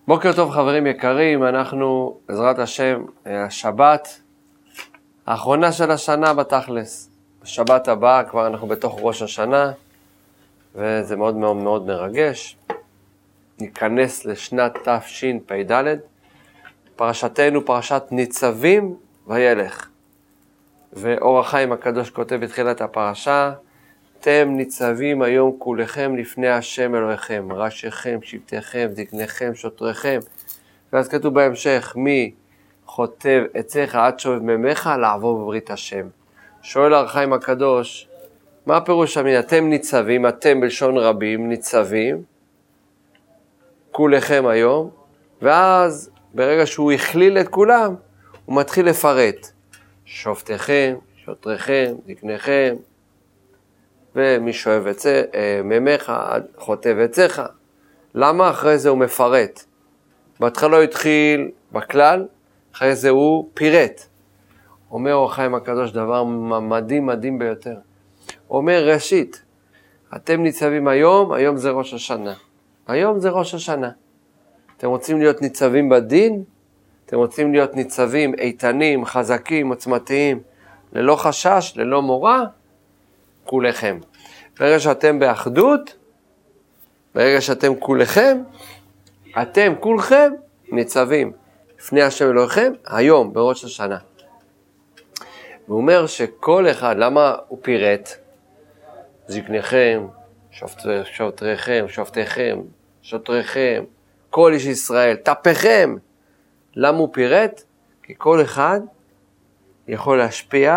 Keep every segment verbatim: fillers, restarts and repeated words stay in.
בוקר טוב חברים יקרים, אנחנו בעזרת השם, השבת האחרונה של השנה בתכלס. בשבת הבאה כבר אנחנו בתוך ראש השנה, וזה מאוד מאוד מאוד מרגש. ניכנס לשנת תשפ"ד, פרשתנו פרשת ניצבים וילך. ואור החיים הקדוש כותב בתחילת הפרשה, אתם ניצבים היום כולכם לפני השם אלוהיכם, ראשיכם, שבטיכם, זקניכם, שוטריכם. ואז כתוב בהמשך, מי חוטב עצך עד שואב ממך לעבור בברית השם. שואל אור החיים הקדוש, מה הפירוש המין? אתם ניצבים, אתם בלשון רבים ניצבים, כולכם היום, ואז ברגע שהוא הכליל את כולם, הוא מתחיל לפרט. שופטיכם, שוטריכם, זקניכם, ומי שואב את זה, ממך, חוטב עצך. למה אחרי זה הוא מפרט? בהתחלה הוא התחיל בכלל, אחרי זה הוא פירט. אומר אור החיים הקדוש דבר מדהים מדהים ביותר. הוא אומר ראשית, אתם ניצבים היום, היום זה ראש השנה. היום זה ראש השנה. אתם רוצים להיות ניצבים בדין? אתם רוצים להיות ניצבים איתנים, חזקים, עוצמתיים, ללא חשש, ללא מורא? כולכם. ברגע שאתם באחדות, ברגע שאתם כולכם, אתם כולכם ניצבים לפני השם אלוהיכם, היום, בראש השנה. הוא אומר שכל אחד, למה הוא פירט? זקניכם, שוטריכם, שופטיכם, שוטריכם, כל איש ישראל, טפכם. למה הוא פירט? כי כל אחד יכול להשפיע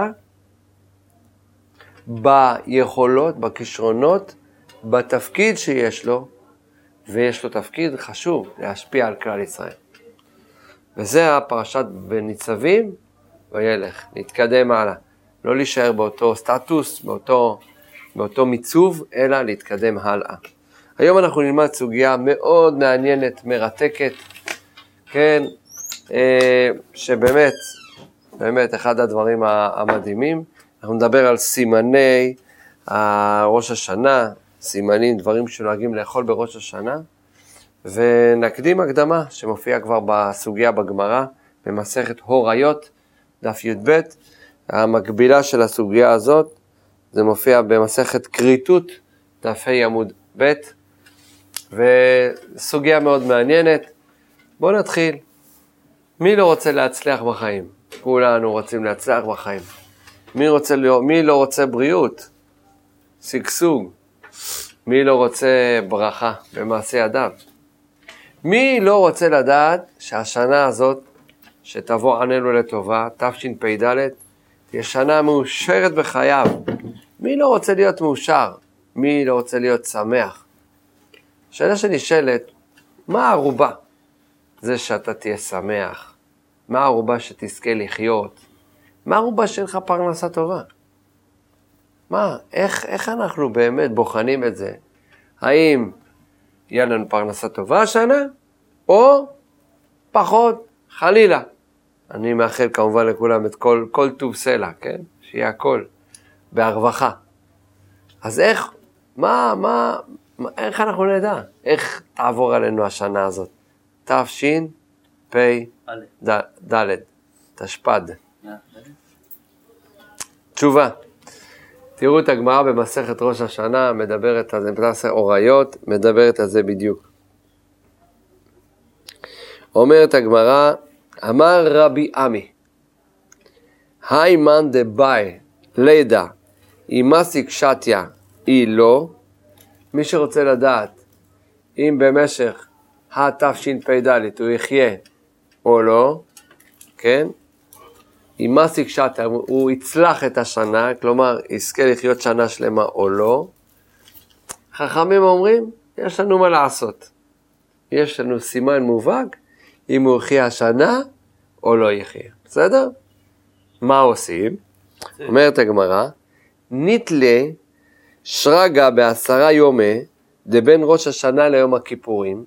ביכולות, בכישרונות, בתפקיד שיש לו, ויש לו תפקיד חשוב להשפיע על כלל ישראל. וזה הפרשת בניצבים וילך, להתקדם הלאה. לא להישאר באותו סטטוס, באותו, באותו מיצוב, אלא להתקדם הלאה. היום אנחנו נלמד סוגיה מאוד מעניינת, מרתקת, כן, שבאמת, באמת אחד הדברים המדהימים, אנחנו נדבר על סימני ראש השנה, סימנים, דברים שנוהגים לאכול בראש השנה, ונקדים הקדמה שמופיע כבר בסוגיה בגמרא, במסכת הוריות, דף י"ב, המקבילה של הסוגיה הזאת, זה מופיע במסכת כריתות, דף ה' עמוד ב', וסוגיה מאוד מעניינת. בואו נתחיל. מי לא רוצה להצליח בחיים? כולנו רוצים להצליח בחיים. מי, רוצה, מי לא רוצה בריאות? סגסוג. מי לא רוצה ברכה במעשה ידיו? מי לא רוצה לדעת שהשנה הזאת, שתבוא עלינו לטובה, תשפ"ד, תהיה שנה מאושרת בחייו? מי לא רוצה להיות מאושר? מי לא רוצה להיות שמח? השאלה שנשאלת, מה הערובה? זה שאתה תהיה שמח. מה הערובה שתזכה לחיות? מה הערובה שלך פרנסה טובה? מה? איך, איך אנחנו באמת בוחנים את זה? האם יהיה לנו פרנסה טובה השנה? או פחות, חלילה. אני מאחל כמובן לכולם את כל, כל טוב סלע, כן? שיהיה הכל בהרווחה. אז איך, מה, מה, איך אנחנו נדע? איך תעבור עלינו השנה הזאת? תשפ"ד, תשפ"ד. תשובה. תראו את הגמרא במסכת ראש השנה, מדברת על זה, במסכת הוריות, מדברת על זה בדיוק. אומרת הגמרא, אמר רבי עמי, היי מן דבאי לידה, אימסיק שתיה, אי לא, מי שרוצה לדעת אם במשך התשפ"ד הוא יחיה או לא, כן? אם מסיק שתה, הוא יצלח את השנה, כלומר, יזכה לחיות שנה שלמה או לא. חכמים אומרים, יש לנו מה לעשות. יש לנו סימן מובהק, אם הוא יחיה השנה או לא יחיה. בסדר? מה עושים? אומרת הגמרא, ניתלה שרגה בעשרה יומי, דבין ראש השנה ליום הכיפורים,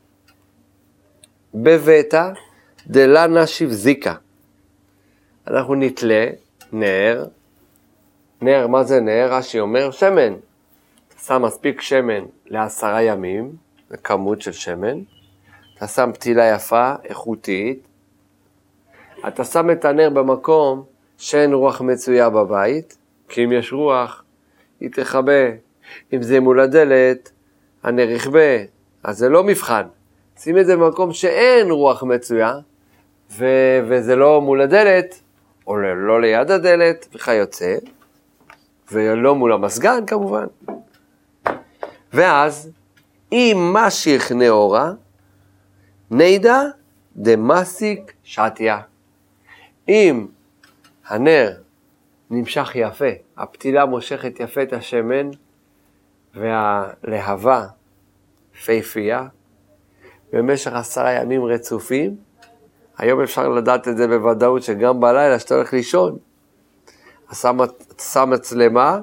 בביתה דלנה שבזיקה. אנחנו נתלה נר, נר, מה זה נר? רש"י אומר שמן. שם מספיק שמן לעשרה ימים, זה כמות של שמן. אתה שם פתילה יפה, איכותית, אתה שם את הנר במקום שאין רוח מצויה בבית, כי אם יש רוח, היא תחבא. אם זה מול הדלת, הנר יכבה, אז זה לא מבחן. שים את זה במקום שאין רוח מצויה, ו- וזה לא מול הדלת, או לא ליד הדלת, וכיוצא, ולא מול המסגן כמובן. ואז, אם משיך נאורה, נידע דמסיק שעתיה. אם הנר נמשך יפה, הפתילה מושכת יפה את השמן, והלהבה פייפייה, במשך עשרה ימים רצופים, היום אפשר לדעת את זה בוודאות שגם בלילה שאתה הולך לישון, שם מצלמה,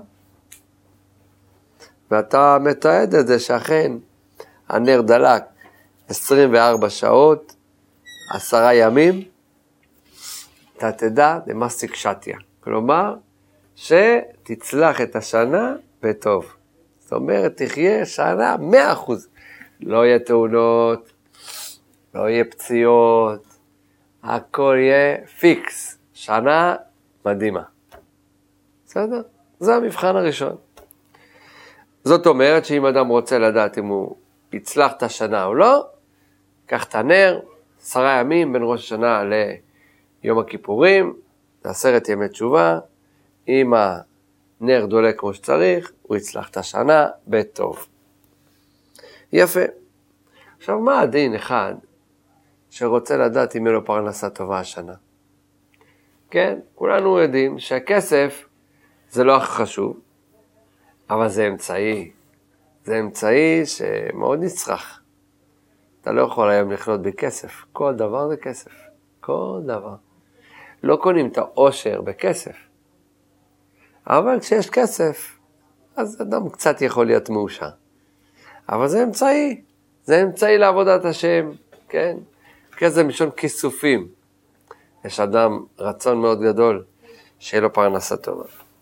ואתה מתעד את זה שאכן הנר דלק עשרים וארבע שעות, עשרה ימים, אתה תדע דמסיק שעתיה. כלומר, שתצלח את השנה בטוב. זאת אומרת, תחיה שנה מאה אחוז. לא יהיה תאונות, לא יהיה פציעות, הכל יהיה פיקס. שנה מדהימה. בסדר? זה המבחן הראשון. זאת אומרת שאם אדם רוצה לדעת אם הוא יצלח את השנה או לא, קח את הנר, עשרה ימים בין ראש השנה ליום הכיפורים, לעשרת ימי תשובה, אם הנר דולק כמו שצריך, הוא יצלח את השנה בטוב. יפה. עכשיו, מה הדין אחד שרוצה לדעת אם יהיה לו פרנסה טובה השנה? כן, כולנו יודעים שהכסף זה לא הכי חשוב, אבל זה אמצעי. זה אמצעי שמאוד נצרך. אתה לא יכול היום לחיות בכסף. כל דבר זה כסף. כל דבר. לא קונים את העושר בכסף. אבל כשיש כסף, אז אדם קצת יכול להיות מאושר. אבל זה אמצעי. זה אמצעי לעבודת השם. כן? כסף זה משון כיסופים. יש אדם רצון מאוד גדול שיהיה לו פרנסה טובה.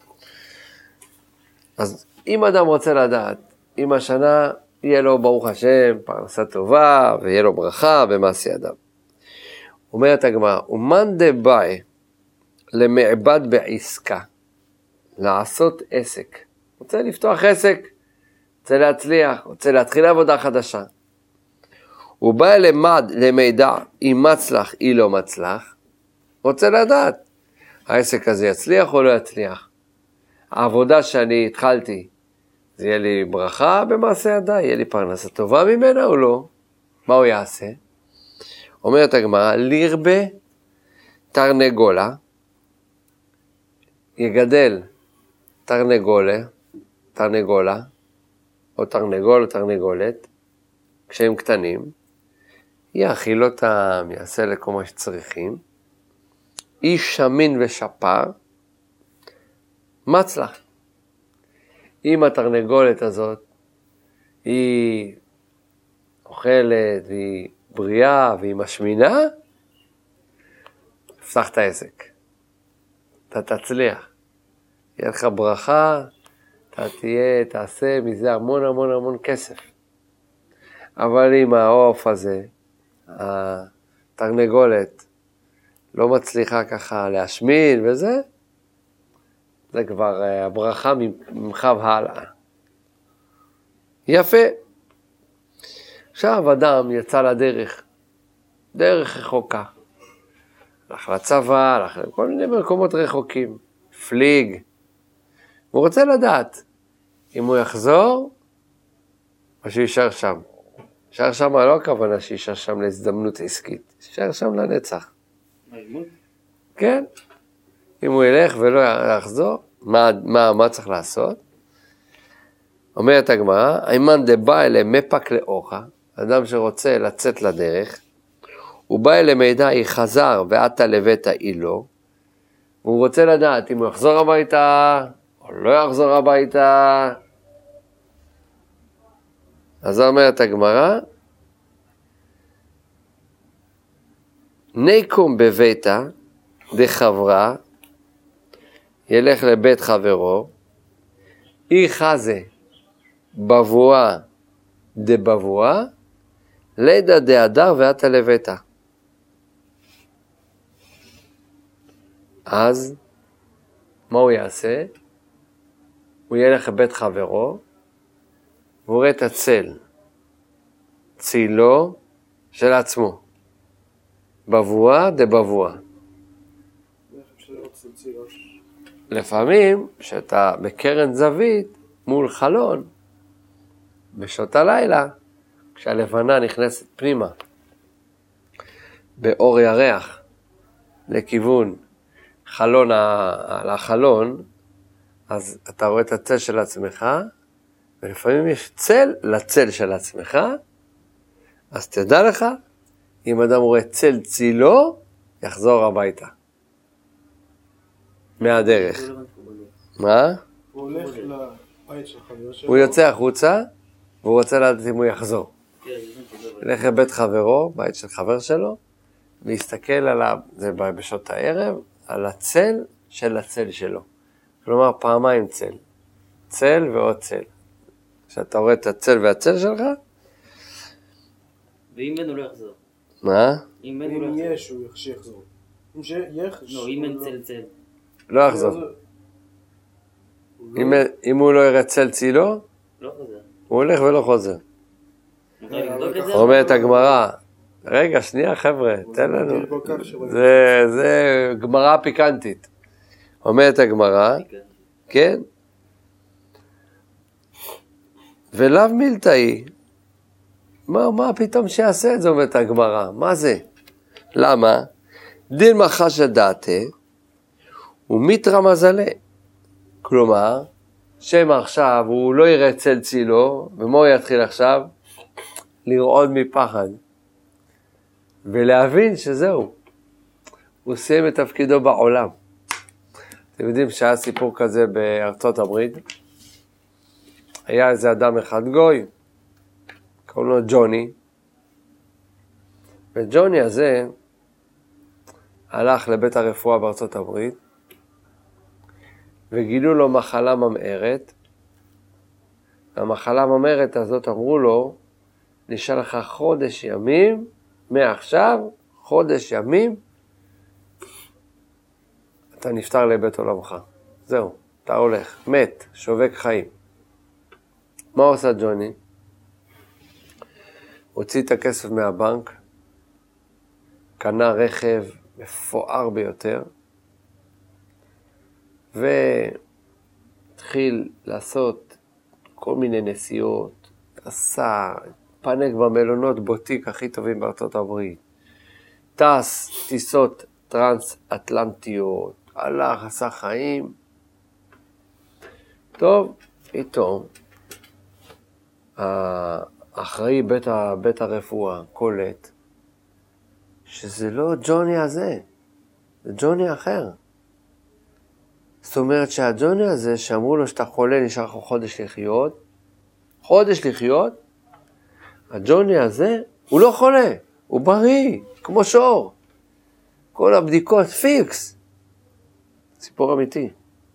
אז אם אדם רוצה לדעת, אם השנה יהיה לו ברוך השם פרנסה טובה ויהיה לו ברכה במעשי אדם. אומרת הגמרא, ומאן דבאי למעבד בעסקה, לעשות עסק. רוצה לפתוח עסק, רוצה להצליח, רוצה להתחיל עבודה חדשה. הוא בא למד למידע אם מצלח, היא לא מצלח. רוצה לדעת, העסק הזה יצליח או לא יצליח. העבודה שאני התחלתי, זה יהיה לי ברכה במעשה ידיי, יהיה לי פרנסה טובה ממנה או לא? מה הוא יעשה? אומרת הגמרא, לירבה תרנגולה, יגדל תרנגולה, תרנגולה, או תרנגול או תרנגולת, כשהם קטנים, יאכיל אותם, יעשה לכל מה שצריכים, איש שמין ושפר, מצלח. אם התרנגולת הזאת היא אוכלת והיא בריאה והיא משמינה, פתח את העסק. אתה תצליח. יהיה לך ברכה, אתה תהיה, תעשה מזה המון המון המון כסף. אבל אם העוף הזה, התרנגולת, לא מצליחה ככה להשמין וזה, זה כבר הברכה ממך והלאה. יפה. עכשיו אדם יצא לדרך, דרך רחוקה. הלך לצבא, הלך לכל מיני מקומות רחוקים. פליג. הוא רוצה לדעת אם הוא יחזור או שישאר שם. שישאר שם לא הכוונה שישאר שם להזדמנות עסקית. שישאר שם לנצח. כן. אם הוא ילך ולא יחזור, מה, מה, מה צריך לעשות? אומרת הגמרא, אימן דבא אלה מפק לאוחה, אדם שרוצה לצאת לדרך, הוא בא אלה מידע, היא חזר ואתה לבית האילו, הוא רוצה לדעת אם הוא יחזור הביתה, או לא יחזור הביתה. אז אומרת הגמרא, ניקום בביתה דחברה, ילך לבית חברו, אי חזה בבואה דבבואה, לידא דהדר ואתה לבטא. אז מה הוא יעשה? הוא ילך לבית חברו, והוא רואה את הצל, צילו של עצמו. בבואה דבבואה. לפעמים, כשאתה בקרן זווית, מול חלון, בשעות הלילה, כשהלבנה נכנסת פנימה, באור ירח, לכיוון חלון, על החלון, אז אתה רואה את הצל של עצמך, ולפעמים יש צל לצל של עצמך, אז תדע לך, אם אדם רואה צל צילו, יחזור הביתה. מהדרך. מה? הוא הולך לבית של חבר שלו. הוא יוצא החוצה, והוא רוצה לדעת אם הוא יחזור. הולך לבית חברו, בית של חבר שלו, להסתכל עליו, זה בשעות הערב, על הצל של הצל שלו. כלומר, פעמיים צל. צל ועוד צל. כשאתה רואה את הצל והצל שלך, ואם אין הוא לא יחזור. מה? אם אין הוא לא אם יחזור. יש, הוא יחזור. אם שיש... לא, אם אין צל צל. לא יחזור. אם, אם הוא לא יראה צל צילו, לא חוזר. הוא הולך ולא חוזר. נוכל לבדוק את זה? אומרת הגמרא, רגע, שנייה חבר'ה, תן לנו. זה, זה גמרא פיקנטית. אומרת הגמרא, כן? ולאו מילתאי, מה, מה פתאום שיעשה את זה, אומרת הגמרא, מה זה? למה? דין מחש דעתה, ומיתרא מזלה. כלומר, שם עכשיו הוא לא יראה צל צילו, ומה הוא יתחיל עכשיו? לרעוד מפחד. ולהבין שזהו. הוא סיים את תפקידו בעולם. אתם יודעים שהיה סיפור כזה בארצות הברית. היה איזה אדם אחד גוי, קוראים לו ג'וני. וג'וני הזה הלך לבית הרפואה בארצות הברית, וגילו לו מחלה ממארת. המחלה הממארת הזאת אמרו לו, נשאר לך חודש ימים, מעכשיו, חודש ימים, אתה נפטר לבית עולמך. זהו, אתה הולך, מת, שובק חיים. מה עושה ג'וני? הוציא את הכסף מהבנק, קנה רכב מפואר ביותר, והתחיל לעשות כל מיני נסיעות, עשה, פנק במלונות בוטיק הכי טובים בארצות הברית, טס, טיסות טרנס-אטלנטיות, הלך, עשה חיים. טוב, פתאום, האחראי בית, בית הרפואה קולט, שזה לא ג'וני הזה, זה ג'וני אחר. זאת אומרת שהג'וני הזה, שאמרו לו שאתה חולה, נשאר לך חודש לחיות, חודש לחיות, הג'וני הזה, הוא לא חולה, הוא בריא, כמו שור. כל הבדיקות פיקס. סיפור אמיתי.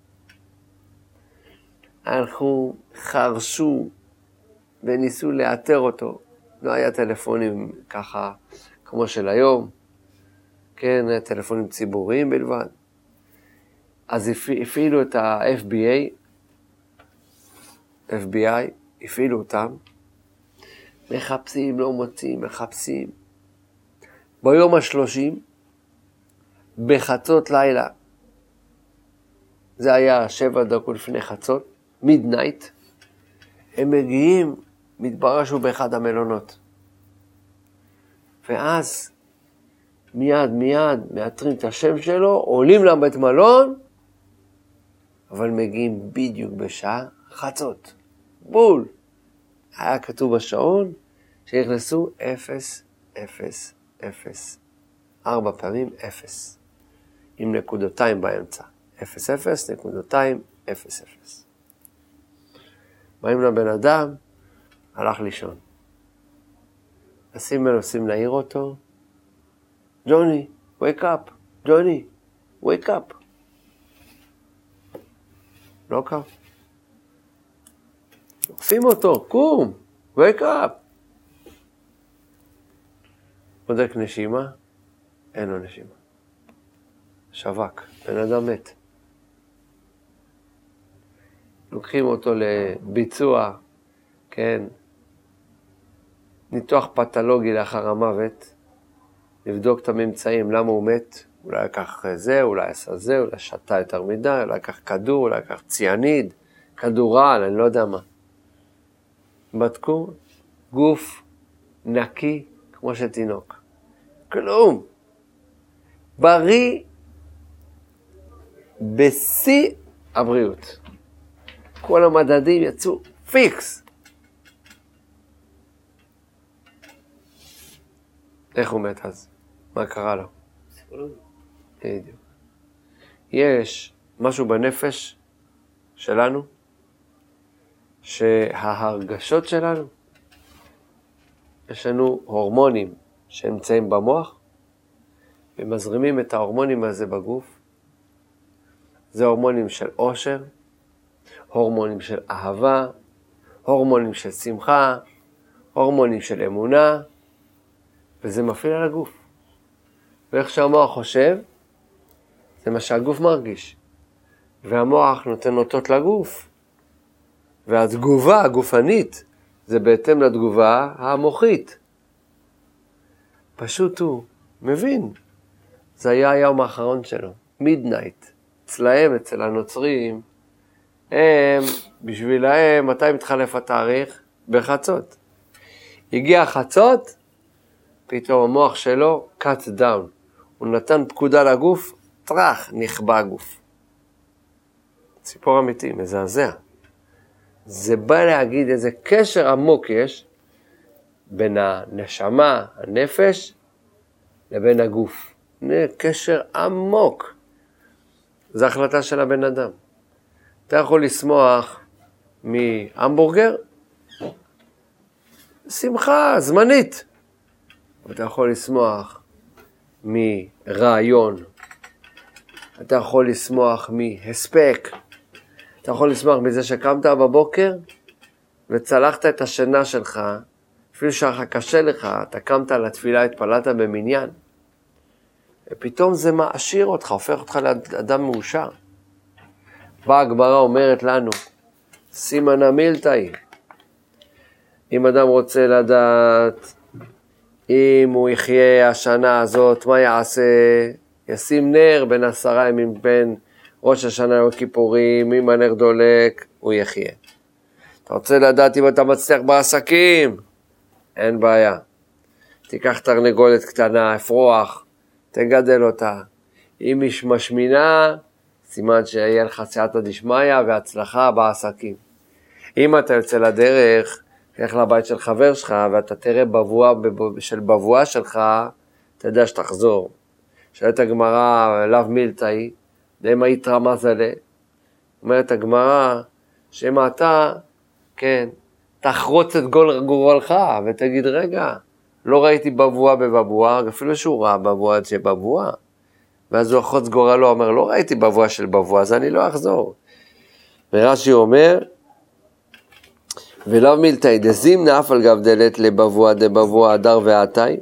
הלכו, חרשו, וניסו לאתר אותו. לא היה טלפונים ככה, כמו של היום. כן, טלפונים ציבוריים בלבד. אז הפעילו את ה-אף בי איי, אף בי איי, הפעילו אותם, מחפשים, לא מוצאים, מחפשים. ביום השלושים, בחצות לילה, זה היה שבע דקות לפני חצות, מידנייט, הם מגיעים, מתברר שהוא באחד המלונות. ואז, מיד מיד, מאתרים את השם שלו, עולים לבית מלון, אבל מגיעים בדיוק בשעה חצות. בול. היה כתוב בשעון שנכנסו אפס, אפס, אפס. ארבע פעמים אפס. עם נקודותיים באמצע. אפס, אפס, נקודותיים, אפס, אפס. באים לבן אדם, הלך לישון. נשים מנסים להעיר אותו. ג'וני, wake up. ג'וני, wake up. לא קם. דוחפים אותו, קום, wake up. בודק נשימה, אין לו נשימה. שווק, בן אדם מת. לוקחים אותו לביצוע, כן, ניתוח פתולוגי לאחר המוות, לבדוק את הממצאים, למה הוא מת, אולי לקח זה, אולי עשה זה, אולי שתה יותר מדי, אולי לקח כדור, אולי לקח ציאניד, כדורל, אני לא יודע מה. בדקו, גוף נקי כמו שתינוק. כלום. בריא בשיא הבריאות. כל המדדים יצאו פיקס. איך הוא מת אז? מה קרה לו? פסיכולוגי. בדיוק. יש משהו בנפש שלנו, שההרגשות שלנו, יש לנו הורמונים שנמצאים במוח, ומזרימים את ההורמונים הזה בגוף. זה הורמונים של אושר, הורמונים של אהבה, הורמונים של שמחה, הורמונים של אמונה, וזה מפעיל על הגוף. ואיך שהמוח חושב, זה מה שהגוף מרגיש. והמוח נותן אותות לגוף. והתגובה הגופנית, זה בהתאם לתגובה המוחית. פשוט הוא מבין. זה היה היום האחרון שלו, מידנייט. אצלהם, אצל הנוצרים, הם, בשבילהם, מתי מתחלף התאריך? בחצות. הגיע חצות, פתאום המוח שלו cut down. הוא נתן פקודה לגוף, טרח, נכבה הגוף. ציפור אמיתי, מזעזע. זה בא להגיד איזה קשר עמוק יש בין הנשמה, הנפש, לבין הגוף. קשר עמוק. זו החלטה של הבן אדם. אתה יכול לשמוח מהמבורגר, שמחה זמנית. אתה יכול לשמוח מרעיון. אתה יכול לשמוח מהספק. אתה יכול לשמוח מזה שקמת בבוקר וצלחת את השינה שלך, אפילו שאך קשה לך, אתה קמת לתפילה, התפללת במניין. ופתאום זה מעשיר אותך, הופך אותך לאדם מאושר. באה הגמרא אומרת לנו, סימנא מילתאי. אם אדם רוצה לדעת אם הוא יחיה השנה הזאת, מה יעשה? ישים נר בין עשרה ימים בין ראש השנה וכיפורים, אם הנר דולק, הוא יחיה. אתה רוצה לדעת אם אתה מצליח בעסקים? אין בעיה. תיקח תרנגולת קטנה, אפרוח, תגדל אותה. אם היא משמינה, סימן שיהיה לך סייעתא דשמיא והצלחה בעסקים. אם אתה יוצא לדרך, תלך לבית של חבר שלך, ואתה תראה בבואה של בבואה שלך, אתה יודע שתחזור. שואלת הגמרא, לאו מילתאי, דמה יתרא מזלה. אומרת הגמרא, שמה אתה, כן, תחרוץ את גורלך, ותגיד, רגע, לא ראיתי בבואה בבבואה, אפילו שהוא ראה בבואה שבבואה. ואז הוא החוץ גורלו, אומר, לא ראיתי בבואה של בבואה, אז אני לא אחזור. ורש"י אומר, ולאו מילתאי דזימנא אף על גב דלת לבבואה דבבואה הדר ועתאי.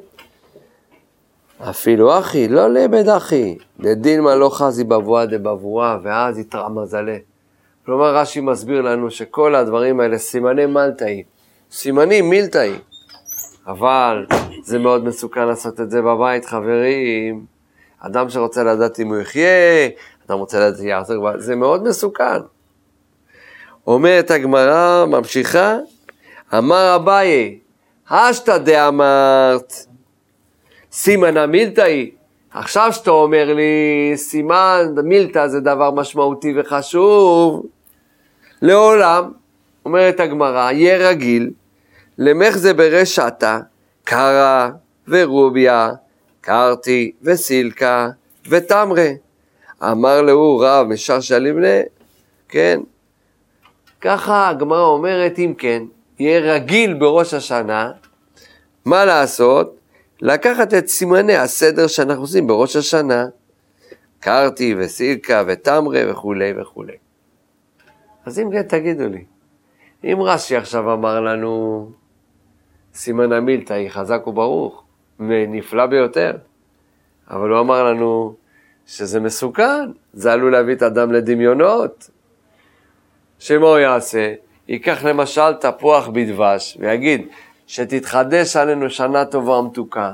אפילו אחי, לא לאבד אחי, דדילמא לא חזי בבואה דבבואה, ואז יתרא מזלה. כלומר, רש"י מסביר לנו שכל הדברים האלה סימני מלתאי, סימנים מילתאי. אבל זה מאוד מסוכן לעשות את זה בבית, חברים. אדם שרוצה לדעת אם הוא יחיה, אדם רוצה לדעת יעזור, זה מאוד מסוכן. אומרת הגמרא, ממשיכה, אמר אביי, השתא דאמרת, סימנא מילתאי. עכשיו שאתה אומר לי, סימן מילתא זה דבר משמעותי וחשוב, לעולם, אומרת הגמרא, יהיה רגיל, למחזה ברשעתא, קרא ורוביה, קרתי וסילקה ותמרה. אמר לו רב משרשל לבנה, כן. ככה הגמרא אומרת, אם כן, יהיה רגיל בראש השנה, מה לעשות? לקחת את סימני הסדר שאנחנו עושים בראש השנה, קרתי וסילקה ותמרה וכו' וכו'. אז אם כן, תגידו לי, אם רש"י עכשיו אמר לנו, סימנא מילתאי חזק וברוך, נפלא ביותר. אבל הוא אמר לנו שזה מסוכן, זה עלול להביא את האדם לדמיונות. שמה הוא יעשה? ייקח למשל תפוח בדבש ויגיד שתתחדש עלינו שנה טובה ומתוקה.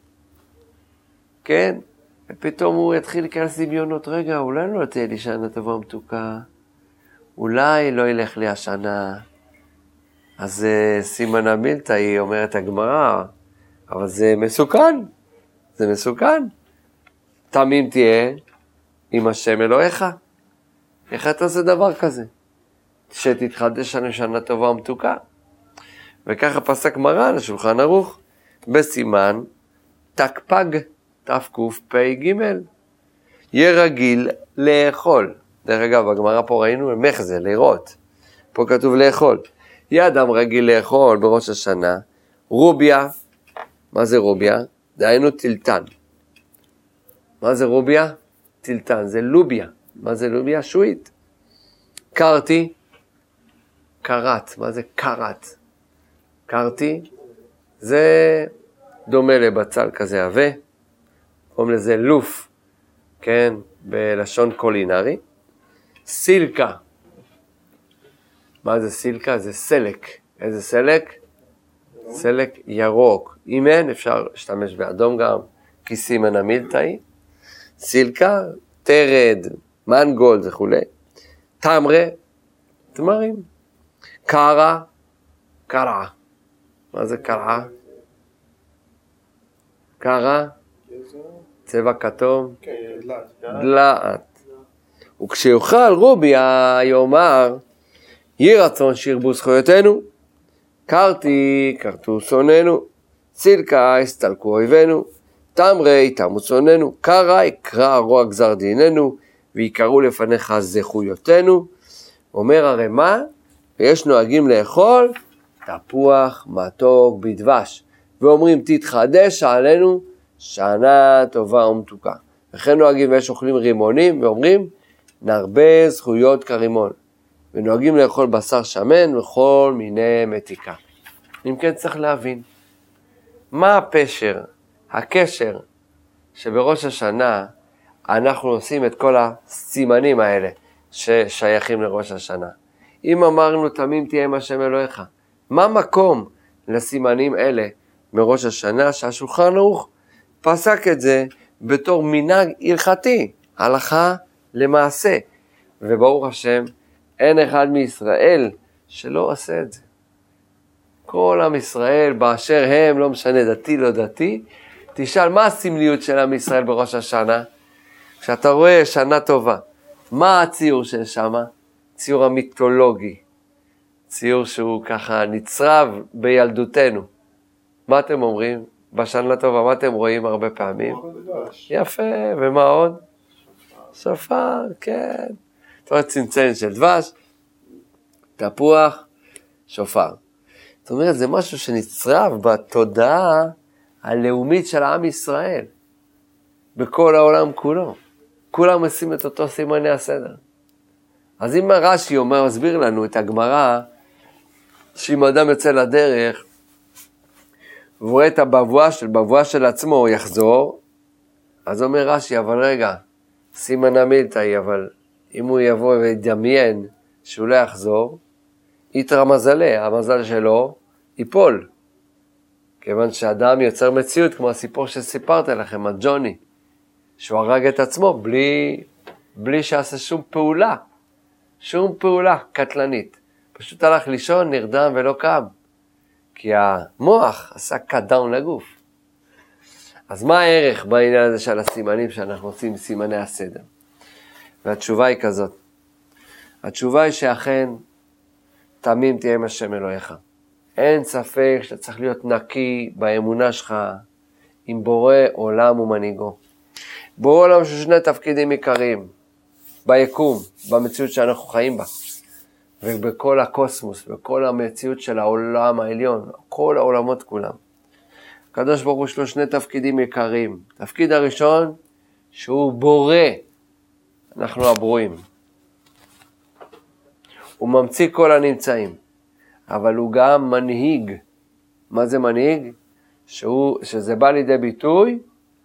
כן? ופתאום הוא יתחיל להיכנס דמיונות, רגע, אולי לא תהיה לי שנה טובה ומתוקה, אולי לא ילך לי השנה. אז סימן המילתא היא אומרת הגמרא, אבל זה מסוכן, זה מסוכן. תמים תהיה עם השם אלוהיך. איך אתה עושה דבר כזה? שתתחדש לנו שנה טובה ומתוקה. וככה פסק מרן לשולחן ערוך, בסימן תקפג, תקפ"ג. יהיה רגיל לאכול. דרך אגב, בגמרא פה ראינו מחזה, לראות. פה כתוב לאכול. יהיה אדם רגיל לאכול בראש השנה, רוביה. מה זה רוביה? דהיינו טילטן. מה זה רוביה? טילטן, זה לוביה. מה זה לוביה? שועית. קרתי, קרת. מה זה קרת? קרתי, זה דומה לבצל כזה עבה. קוראים לזה לוף, כן, בלשון קולינרי. סילקה. מה זה סילקה? זה סלק. איזה סלק? סלק ירוק. אם אין, אפשר להשתמש באדום גם, כי סימן המילתא היא. סילקה, תרד, מנגולד וכו'. תמרה, תמרים. קרה, קרעה. מה זה קרעה? קרה, צבע כתום, דלעת. וכשיוכל רוביה יאמר, יהי רצון שירבו זכויותינו, קרתי, קרתו שוננו, סילקה, הסתלקו אויבינו, תמרי, תמו שוננו, קרא, יקרא רוע גזר דיננו, ויקראו לפניך זכויותינו. אומר הרי מה? ויש נוהגים לאכול תפוח מתוק בדבש, ואומרים תתחדש עלינו שנה טובה ומתוקה. וכן נוהגים ויש אוכלים רימונים ואומרים נרבה זכויות כרימון. ונוהגים לאכול בשר שמן וכל מיני מתיקה. אם כן צריך להבין, מה הפשר, הקשר שבראש השנה אנחנו עושים את כל הסימנים האלה ששייכים לראש השנה. אם אמרנו תמים תהיה עם השם אלוהיך, מה מקום לסימנים אלה מראש השנה שהשולחן ערוך פסק את זה בתור מנהג הלכתי, הלכה למעשה. וברוך השם, אין אחד מישראל שלא עושה את זה. כל עם ישראל באשר הם, לא משנה דתי לא דתי, תשאל מה הסמליות של עם ישראל בראש השנה? כשאתה רואה שנה טובה, מה הציור של שמה? ציור המיתולוגי. ציור שהוא ככה נצרב בילדותנו. מה אתם אומרים? בשנה טובה, מה אתם רואים הרבה פעמים? יפה, ומה עוד? שופר, כן. זאת אומרת צנצן של דבש, תפוח, שופר. זאת אומרת, זה משהו שנצרב בתודעה הלאומית של העם ישראל. בכל העולם כולו. כולם עושים את אותו סימני הסדר. אז אם רש"י אומר, מסביר לנו את הגמרא, שאם אדם יוצא לדרך, והוא רואה את הבבואה של, בבואה של עצמו, הוא יחזור, אז אומר רש"י, אבל רגע, סימן המילתא היא, אבל אם הוא יבוא וידמיין שהוא לא יחזור, יתרא מזלה, המזל שלו ייפול. כיוון שאדם יוצר מציאות, כמו הסיפור שסיפרתי לכם, הג'וני, שהוא הרג את עצמו בלי, בלי שעשה שום פעולה, שום פעולה קטלנית. פשוט הלך לישון, נרדם ולא קם. כי המוח עשה קדאון לגוף. אז מה הערך בעניין הזה של הסימנים שאנחנו עושים סימני הסדר? והתשובה היא כזאת. התשובה היא שאכן תמים תהיה עם השם אלוהיך. אין ספק שאתה צריך להיות נקי באמונה שלך עם בורא עולם ומנהיגו. בורא עולם יש שני תפקידים עיקריים. ביקום, במציאות שאנחנו חיים בה. ובכל הקוסמוס, בכל המציאות של העולם העליון, כל העולמות כולם. הקדוש ברוך הוא יש לו שני תפקידים עיקריים. תפקיד הראשון, שהוא בורא. אנחנו הברואים. הוא ממציא כל הנמצאים. אבל הוא גם מנהיג. מה זה מנהיג? שהוא, שזה בא לידי ביטוי,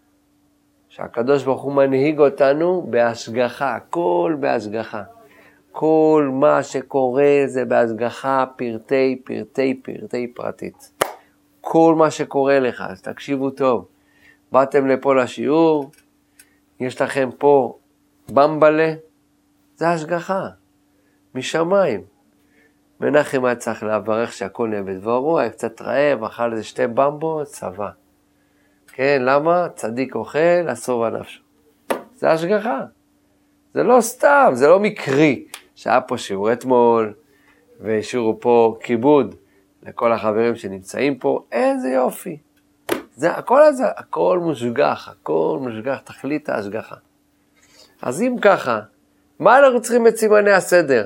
שהקדוש ברוך הוא מנהיג אותנו בהשגחה, הכל בהשגחה. כל מה שקורה זה בהשגחה פרטי, פרטי, פרטי פרטית. כל מה שקורה לך, אז תקשיבו טוב. באתם לפה לשיעור, יש לכם פה במבלה, זה השגחה, משמיים. מנחם היה צריך להברך שהכל נהיה בדברו, היה קצת רעב, אכל איזה שתי במבות, צבא. כן, למה? צדיק אוכל, אסור הנפשו. זה השגחה. זה לא סתם, זה לא מקרי. שהיה פה שיעור אתמול, ושיעור פה כיבוד לכל החברים שנמצאים פה, איזה יופי. זה, הכל הזה, הכל מושגח, הכל מושגח, תכלית ההשגחה. אז אם ככה, מה אנחנו צריכים את סימני הסדר?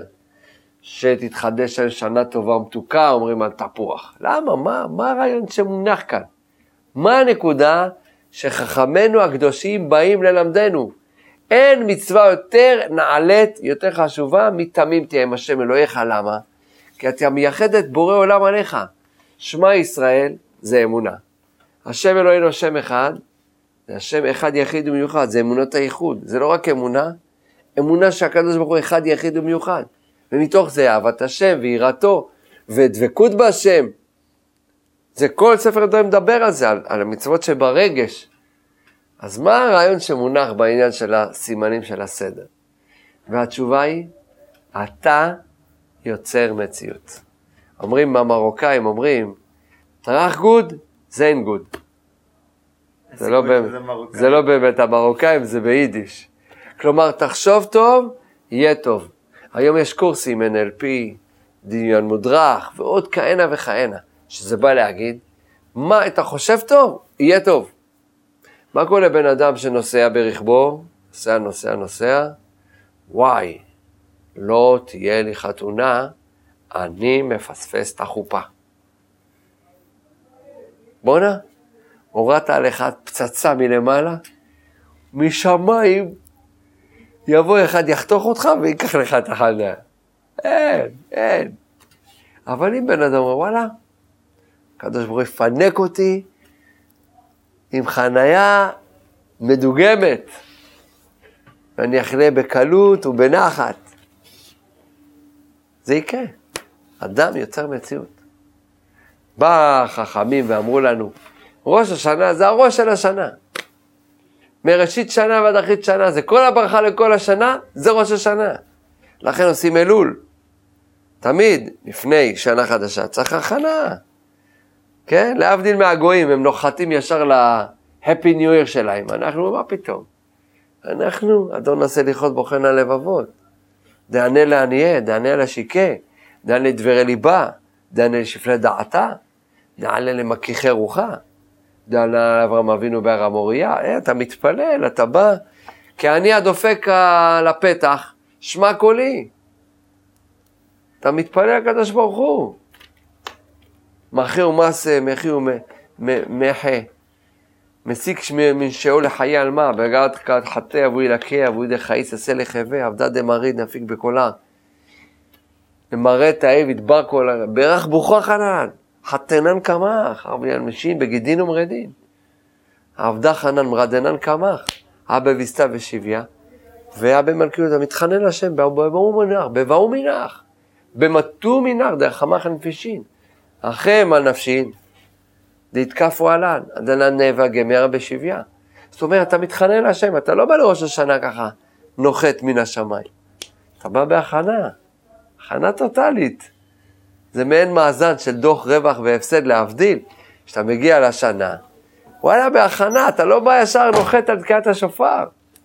שתתחדש על שנה טובה ומתוקה, אומרים על תפוח. למה? מה, מה הרעיון שמונח כאן? מה הנקודה שחכמינו הקדושים באים ללמדנו? אין מצווה יותר נעלית, יותר חשובה, מתמים תהיה עם השם אלוהיך. למה? כי אתה מייחד את בורא עולם עליך. שמע ישראל זה אמונה. השם אלוהינו שם אחד, זה השם אחד יחיד ומיוחד, זה אמונות הייחוד. זה לא רק אמונה, אמונה שהקדוש ברוך הוא אחד יחיד ומיוחד. ומתוך זה אהבת השם ויראתו ודבקות בהשם. זה כל ספר דברים מדבר על זה, על, על המצוות שברגש. אז מה הרעיון שמונח בעניין של הסימנים של הסדר? והתשובה היא, אתה יוצר מציאות. אומרים, המרוקאים אומרים, תרח גוד, זה אין גוד. זה לא, באמת, זה לא באמת המרוקאים, זה ביידיש. כלומר, תחשוב טוב, יהיה טוב. היום יש קורסים אן אל פי, דמיון מודרך, ועוד כהנה וכהנה, שזה בא להגיד, מה אתה חושב טוב, יהיה טוב. מה קורה לבן אדם שנוסע ברכבו, נוסע, נוסע, נוסע, וואי, לא תהיה לי חתונה, אני מפספס את החופה. בונה, הורדת עליך פצצה מלמעלה, משמיים, יבוא אחד יחתוך אותך ויקח לך את החנה. אין, אין. אבל אם בן אדם אומר, וואלה, הקדוש ברוך הוא יפנק אותי עם חנייה מדוגמת, ואני אחלה בקלות ובנחת. זה יקרה. אדם יוצר מציאות. בא החכמים ואמרו לנו, ראש השנה זה הראש של השנה. מראשית שנה ועד אחרית שנה, זה כל הברכה לכל השנה, זה ראש השנה. לכן עושים אלול. תמיד, לפני שנה חדשה, צריך הכנה. כן? להבדיל מהגויים, הם נוחתים ישר ל-Happy New Year שלהם. אנחנו, מה פתאום? אנחנו, אדון נעשה לחיות בוחן הלבבות. דענה לענייה, דענה לשיקה, דענה לדברי ליבה, דענה לשפלי דעתה, דענה למכיחי רוחה. דענה אברהם אבינו בהר המוריה, אה, אתה מתפלל, אתה בא, כי אני הדופק לפתח, שמע קולי. אתה מתפלל הקדוש ברוך הוא. מחי ומסה, מחי ומחה. מסיק מן שאול לחיי על מה, בגעת כת חטא אבו ילקה, אבו ידי חייס עשה לחווה, עבדה דמריד נפיק בקולה. למראת האב ידבר כל, ברך בוכו חנן, חתנן כמך, ארבעין משין בגדין ומרדין. עבדה חנן מרדנן כמך, אבא ויסתה ושביה, ואבא מלכיות המתחנן לשם, בבאו מנח, בבאו מנח, במתו מנח, דרך חמך הנפשין. אחם על נפשין, דהתקפו עלן, עדנן נאבא גמר בשביה. זאת אומרת, אתה מתחנן לשם, אתה לא בא לראש השנה ככה, נוחת מן השמיים. אתה בא בהכנה, הכנה טוטלית. זה מעין מאזן של דוח רווח והפסד להבדיל. כשאתה מגיע לשנה, וואלה בהכנה, אתה לא בא ישר נוחת על תקיעת השופר.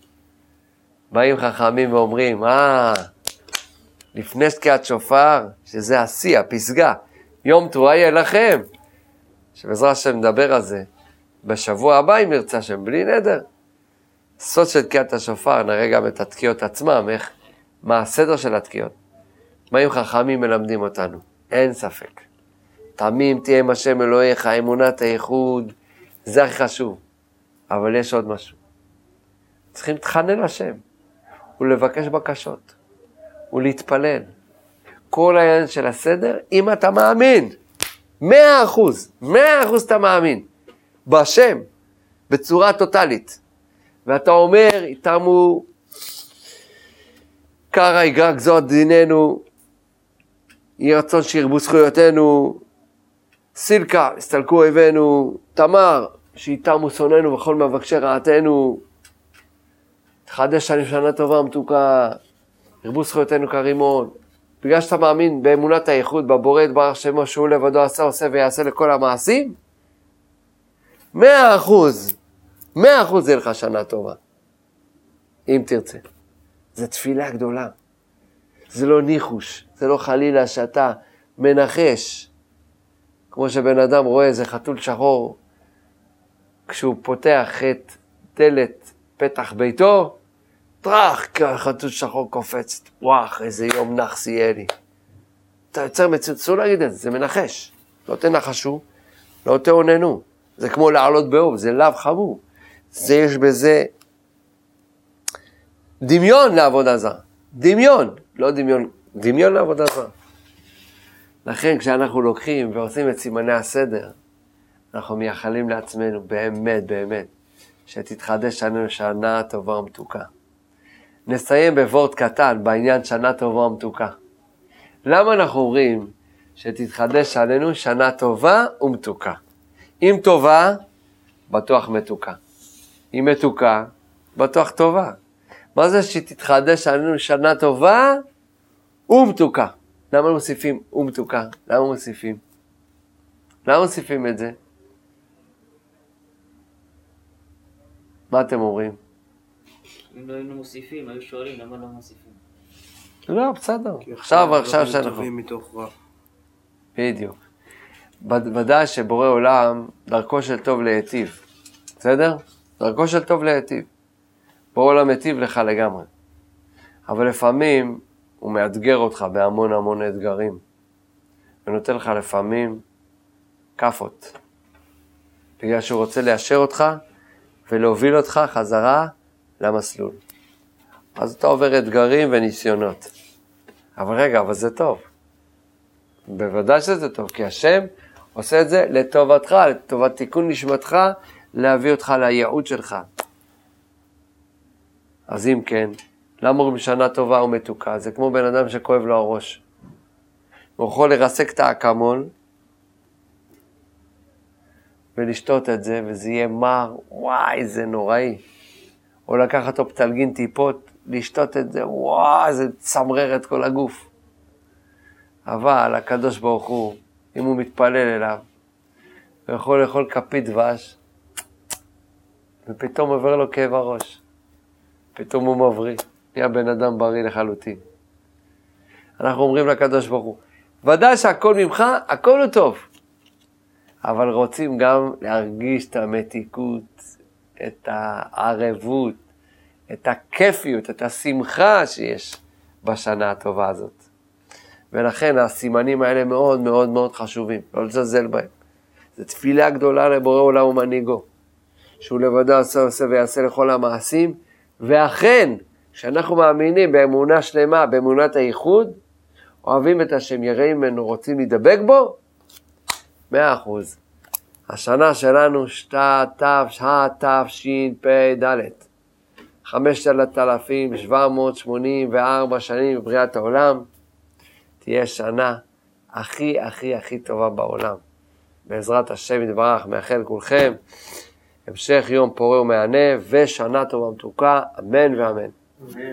באים חכמים ואומרים, אה, לפני תקיעת שופר, שזה השיא, הפסגה, יום תרועה יהיה לכם. שבעזרת השם נדבר על זה בשבוע הבא אם נרצה שם, בלי נדר. סוד של תקיעת השופר, נראה גם את התקיעות עצמם, איך, מה הסדר של התקיעות. מה אם חכמים מלמדים אותנו? אין ספק. תמים תהיה עם השם אלוהיך, אמונת הייחוד, זה הכי חשוב. אבל יש עוד משהו. צריכים להתחנן לשם, ולבקש בקשות, ולהתפלל. כל העניין של הסדר, אם אתה מאמין, מאה אחוז, מאה אחוז אתה מאמין, בהשם, בצורה טוטלית. ואתה אומר, איתמו, קרא יגרע גזור דיננו, יהי רצון שירבו זכויותינו, סילקה, הסתלקו אויבינו, תמר, שאיתמו שונאנו וכל מבקשי רעתנו, תחדש שנים שנה טובה ומתוקה, ירבו זכויותינו כרימון. בגלל שאתה מאמין באמונת הייחוד, בבורא יתברך שמו שהוא לבדו עשה, עושה ויעשה לכל המעשים, מאה אחוז, מאה אחוז זה לך שנה טובה, אם תרצה. זה תפילה גדולה, זה לא ניחוש, זה לא חלילה שאתה מנחש, כמו שבן אדם רואה איזה חתול שחור, כשהוא פותח את דלת פתח ביתו, טרח, חתול שחור קופץ, וואח, איזה יום נחס יהיה לי. אתה יוצר מציאות, אסור להגיד את זה, זה מנחש. לא תנחשו, לא תעוננו. זה כמו לעלות באוב, זה לאו חמור. זה יש בזה דמיון לעבודה זרה. דמיון, לא דמיון, דמיון לעבודה זרה. לכן כשאנחנו לוקחים ועושים את סימני הסדר, אנחנו מייחלים לעצמנו באמת, באמת, שתתחדש לנו שנה טובה ומתוקה. נסיים בוורד קטן בעניין שנה טובה ומתוקה. למה אנחנו אומרים שתתחדש עלינו שנה טובה ומתוקה? אם טובה, בטוח מתוקה. אם מתוקה, בטוח טובה. מה זה שתתחדש עלינו שנה טובה ומתוקה? למה מוסיפים ומתוקה? למה מוסיפים? למה מוסיפים את זה? מה אתם אומרים? אם לא היינו מוסיפים, היו שואלים למה לא מוסיפים. לא, בסדר. עכשיו, עכשיו שאנחנו... טובים מתוך רע. בדיוק. ודאי שבורא עולם, דרכו של טוב להיטיב. בסדר? דרכו של טוב להיטיב. בורא עולם היטיב לך לגמרי. אבל לפעמים הוא מאתגר אותך בהמון המון אתגרים. ונותן לך לפעמים כפות. בגלל שהוא רוצה ליישר אותך ולהוביל אותך חזרה למסלול. אז אתה עובר אתגרים וניסיונות. אבל רגע, אבל זה טוב. בוודאי שזה טוב, כי השם עושה את זה לטובתך, לטובת תיקון נשמתך, להביא אותך לייעוד שלך. אז אם כן, למה אומרים שנה טובה ומתוקה? זה כמו בן אדם שכואב לו הראש. הוא יכול לרסק את האקמול, ולשתות את זה, וזה יהיה מר, וואי, זה נוראי. או לקחת אותו פתלגין טיפות, לשתות את זה, וואי, זה צמרר את כל הגוף. אבל הקדוש ברוך הוא, אם הוא מתפלל אליו, הוא יכול לאכול כפית דבש, ופתאום עובר לו כאב הראש. פתאום הוא מבריא, נהיה בן אדם בריא לחלוטין. אנחנו אומרים לקדוש ברוך הוא, ודאי שהכל ממך, הכל הוא טוב. אבל רוצים גם להרגיש את המתיקות, את הערבות, את הכיפיות, את השמחה שיש בשנה הטובה הזאת. ולכן הסימנים האלה מאוד מאוד מאוד חשובים, לא לזלזל בהם. זו תפילה גדולה לבורא עולם ומנהיגו, שהוא לבדו עושה עושה ויעשה לכל המעשים, ואכן, כשאנחנו מאמינים באמונה שלמה, באמונת הייחוד, אוהבים את השם, יראים ממנו, רוצים להידבק בו, מאה אחוז. השנה שלנו שתת תשפ"ד, חמשת אלפים שבע מאות שמונים וארבע שנים בבריאת העולם, תהיה שנה הכי הכי הכי טובה בעולם. בעזרת השם יתברך, מאחל כולכם המשך יום פורה ומהנה ושנה טובה מתוקה, אמן ואמן.